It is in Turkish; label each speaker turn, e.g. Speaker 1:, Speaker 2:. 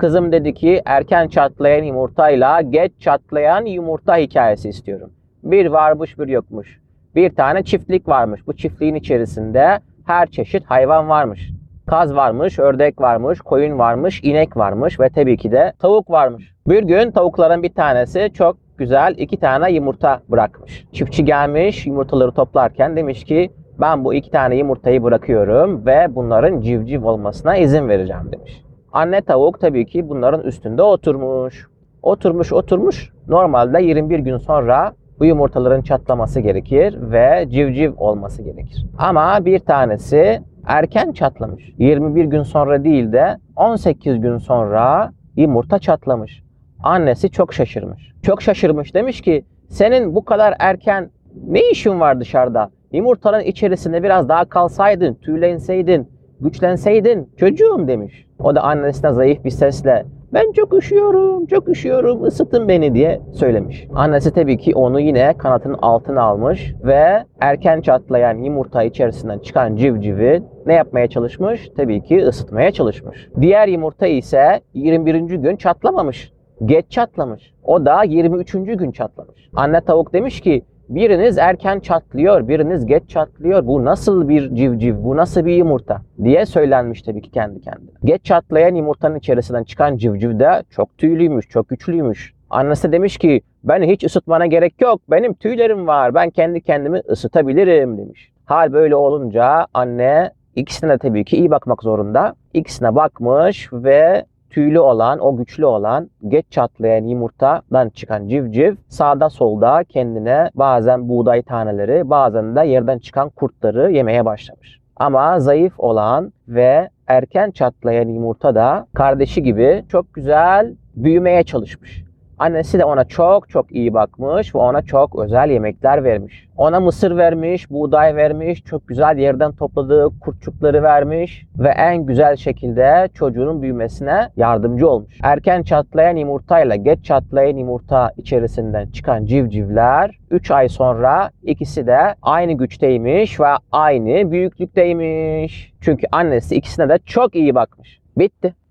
Speaker 1: Kızım dedi ki erken çatlayan yumurtayla geç çatlayan yumurta hikayesi istiyorum. Bir varmış bir yokmuş. Bir tane çiftlik varmış. Bu çiftliğin içerisinde her çeşit hayvan varmış. Kaz varmış, ördek varmış, koyun varmış, inek varmış ve tabii ki de tavuk varmış. Bir gün tavukların bir tanesi çok güzel 2 tane yumurta bırakmış. Çiftçi gelmiş yumurtaları toplarken demiş ki ben bu 2 tane yumurtayı bırakıyorum ve bunların civciv olmasına izin vereceğim demiş. Anne tavuk tabii ki bunların üstünde oturmuş. Oturmuş. Normalde 21 gün sonra bu yumurtaların çatlaması gerekir ve civciv olması gerekir. Ama bir tanesi erken çatlamış. 21 gün sonra değil de 18 gün sonra yumurta çatlamış. Annesi çok şaşırmış. Çok şaşırmış, demiş ki senin bu kadar erken ne işin var dışarıda? Yumurtanın içerisinde biraz daha kalsaydın, tüylenseydin, güçlenseydin çocuğum demiş. O da annesine zayıf bir sesle ben çok üşüyorum, ısıtın beni diye söylemiş. Annesi tabii ki onu yine kanatının altına almış ve erken çatlayan yumurta içerisinden çıkan civcivi ne yapmaya çalışmış? Tabii ki ısıtmaya çalışmış. Diğer yumurta ise 21. gün çatlamamış. Geç çatlamış. O da 23. gün çatlamış. Anne tavuk demiş ki biriniz erken çatlıyor, biriniz geç çatlıyor. Bu nasıl bir civciv, bu nasıl bir yumurta diye söylenmiş tabii ki kendi kendine. Geç çatlayan yumurtanın içerisinden çıkan civciv de çok tüylüymüş, çok güçlüymüş. Annesi demiş ki beni hiç ısıtmana gerek yok, benim tüylerim var, ben kendi kendimi ısıtabilirim demiş. Hal böyle olunca anne ikisine de tabii ki iyi bakmak zorunda. İkisine bakmış ve tüylü olan, o güçlü olan, geç çatlayan yumurtadan çıkan civciv sağda solda kendine bazen buğday taneleri, bazen de yerden çıkan kurtları yemeye başlamış. Ama zayıf olan ve erken çatlayan yumurta da kardeşi gibi çok güzel büyümeye çalışmış. Annesi de ona çok iyi bakmış ve ona çok özel yemekler vermiş. Ona mısır vermiş, buğday vermiş, çok güzel yerden topladığı kurtçukları vermiş ve en güzel şekilde çocuğunun büyümesine yardımcı olmuş. Erken çatlayan yumurtayla geç çatlayan yumurta içerisinden çıkan civcivler 3 ay sonra ikisi de aynı güçteymiş ve aynı büyüklükteymiş. Çünkü annesi ikisine de çok iyi bakmış. Bitti.